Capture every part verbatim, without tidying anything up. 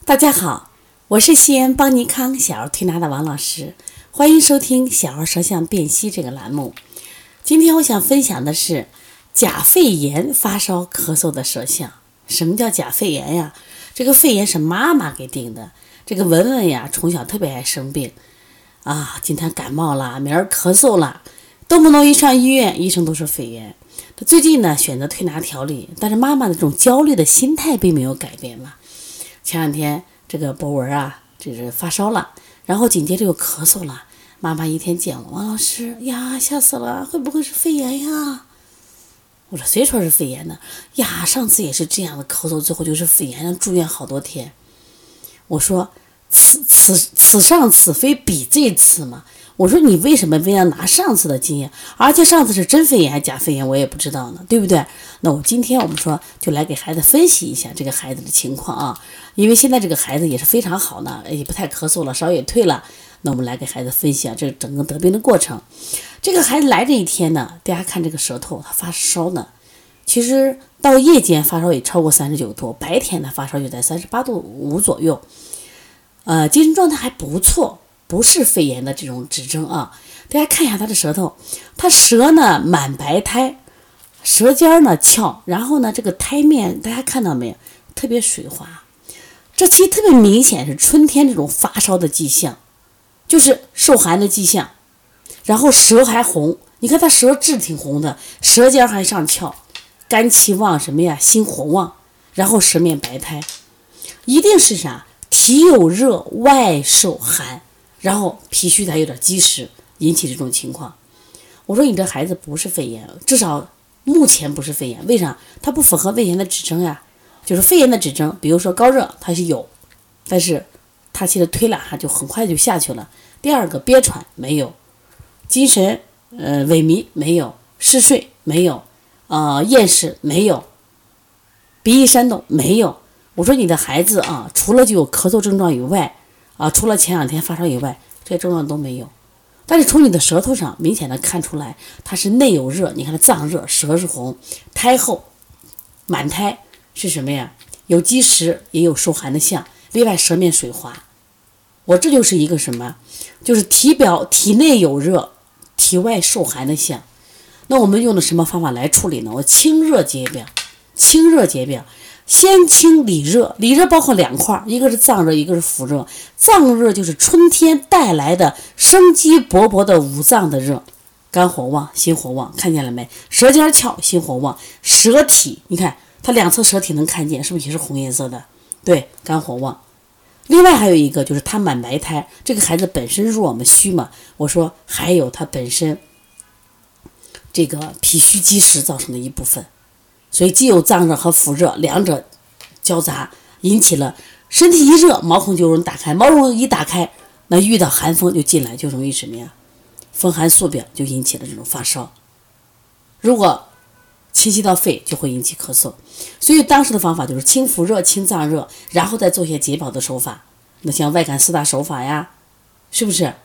大家好，我是西安邦尼康小儿推拿的王老师，欢迎收听小儿舌象辨析这个栏目。今天我想分享的是甲肺炎发烧咳嗽的舌象。什么叫甲肺炎呀？这个肺炎是妈妈给定的。这个文文呀，从小特别爱生病啊，今天感冒了，明儿咳嗽了，动不动一上医院，医生都说肺炎。他最近呢选择推拿调理，但是妈妈的这种焦虑的心态并没有改变嘛。前两天这个博文啊，这是发烧了，然后紧接着又咳嗽了。妈妈一天见我，王老师呀，吓死了，会不会是肺炎呀？我说谁说是肺炎呢？呀，上次也是这样的咳嗽，最后就是肺炎，让住院好多天。我说此此此上此非彼这次嘛。我说你为什么非要拿上次的经验？而且上次是真肺炎还是假肺炎，我也不知道呢，对不对？那我今天我们说就来给孩子分析一下这个孩子的情况啊，因为现在这个孩子也是非常好呢，也不太咳嗽了，烧也退了。那我们来给孩子分析啊，这整个得病的过程。这个孩子来这一天呢，大家看这个舌头，他发烧呢，其实到夜间发烧也超过三十九度，白天的发烧就在三十八度五左右，呃，精神状态还不错。不是肺炎的这种指征啊，大家看一下他的舌头，他舌呢满白苔，舌尖呢翘，然后呢这个苔面大家看到没有，特别水滑，这其实特别明显是春天这种发烧的迹象，就是受寒的迹象。然后舌还红，你看他舌质挺红的，舌尖还上翘，肝气旺什么呀，心火旺，然后舌面白苔，一定是啥，体有热，外受寒。然后脾虚才有点积食，引起这种情况。我说你这孩子不是肺炎，至少目前不是肺炎，为啥？它不符合肺炎的指征呀。就是肺炎的指征，比如说高热它是有，但是它其实推了它就很快就下去了。第二个憋喘没有，精神呃萎靡没有，嗜睡没有，呃厌食没有，鼻翼煽动没有。我说你的孩子啊，除了就有咳嗽症状以外。啊，除了前两天发烧以外，这些症状都没有。但是从你的舌头上明显的看出来，它是内有热，你看它脏热，舌是红，苔厚，满苔是什么呀？有积食，也有受寒的象。另外舌面水滑，我这就是一个什么？就是体表体内有热，体外受寒的象。那我们用的什么方法来处理呢？我清热解表，清热解表。先清里热，里热包括两块，一个是脏热，一个是腑热。脏热就是春天带来的生机勃勃的五脏的热，肝火旺，心火旺，看见了没？舌尖翘，心火旺，舌体，你看它两侧舌体能看见，是不是也是红颜色的？对，肝火旺。另外还有一个就是他满白苔，这个孩子本身弱嘛，虚嘛，我说还有他本身这个脾虚积食造成的一部分。所以既有脏热和腑热两者交杂，引起了身体一热，毛孔就容易打开，毛孔一打开，那遇到寒风就进来，就容易什么呀？风寒宿表，就引起了这种发烧。如果侵袭到肺，就会引起咳嗽。所以当时的方法就是清腑热、清脏热，然后再做一些解表的手法。那像外感四大手法呀，是不是？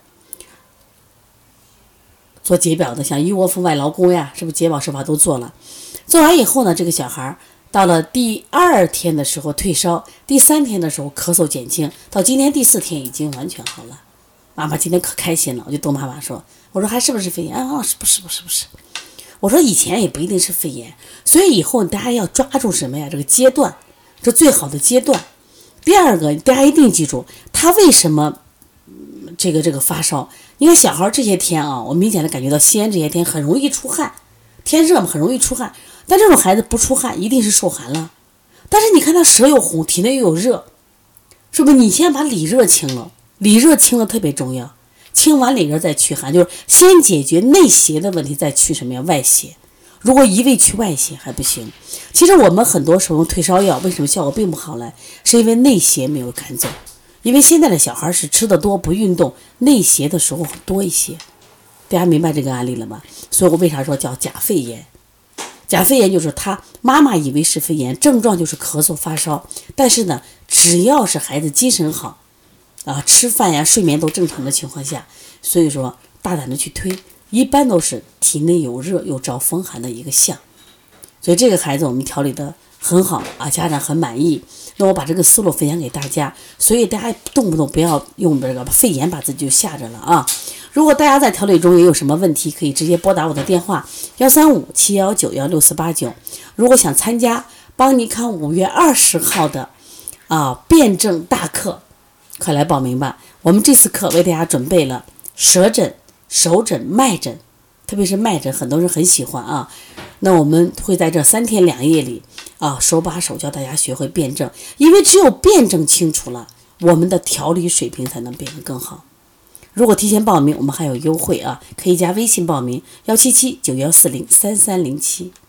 做解表的，像一窝蜂外劳宫呀，是不是解表手法都做了？做完以后呢，这个小孩到了第二天的时候退烧，第三天的时候咳嗽减轻，到今天第四天已经完全好了。妈妈今天可开心了，我就逗妈妈说，我说还是不是肺炎？啊，是不是不是不是？我说以前也不一定是肺炎，所以以后大家要抓住什么呀？这个阶段，这最好的阶段。第二个，大家一定记住，他为什么这个这个发烧？你看小孩这些天啊，我明显的感觉到西安这些天很容易出汗，天热嘛，很容易出汗。但这种孩子不出汗，一定是受寒了。但是你看他舌又红，体内又有热，是不是？你先把里热清了，里热清了特别重要。清完里热再驱寒，就是先解决内邪的问题，再驱什么呀？外邪。如果一味去外邪还不行。其实我们很多时候用退烧药，为什么效果并不好呢？是因为内邪没有赶走。因为现在的小孩是吃的多不运动，内邪的时候多一些。大家明白这个案例了吗？所以我为啥说叫甲肺炎？甲肺炎就是他妈妈以为是肺炎，症状就是咳嗽发烧，但是呢，只要是孩子精神好啊，吃饭呀睡眠都正常的情况下，所以说大胆的去推，一般都是体内有热又着风寒的一个象。所以这个孩子我们调理的很好啊，家长很满意。 那我把这个思路分享给大家，所以大家动不动不要用这个肺炎把自己就吓着了啊！如果大家在调理中也有什么问题，可以直接拨打我的电话幺三五七幺九幺六四八九。如果想参加邦尼康五月二十号的啊辩证大课，快来报名吧！我们这次课为大家准备了舌诊、手诊、脉诊，特别是脉诊，很多人很喜欢啊。那我们会在这三天两夜里啊，手把手教大家学会辩证，因为只有辩证清楚了，我们的调理水平才能变得更好。如果提前报名，我们还有优惠啊，可以加微信报名幺七七九幺四零三三零七。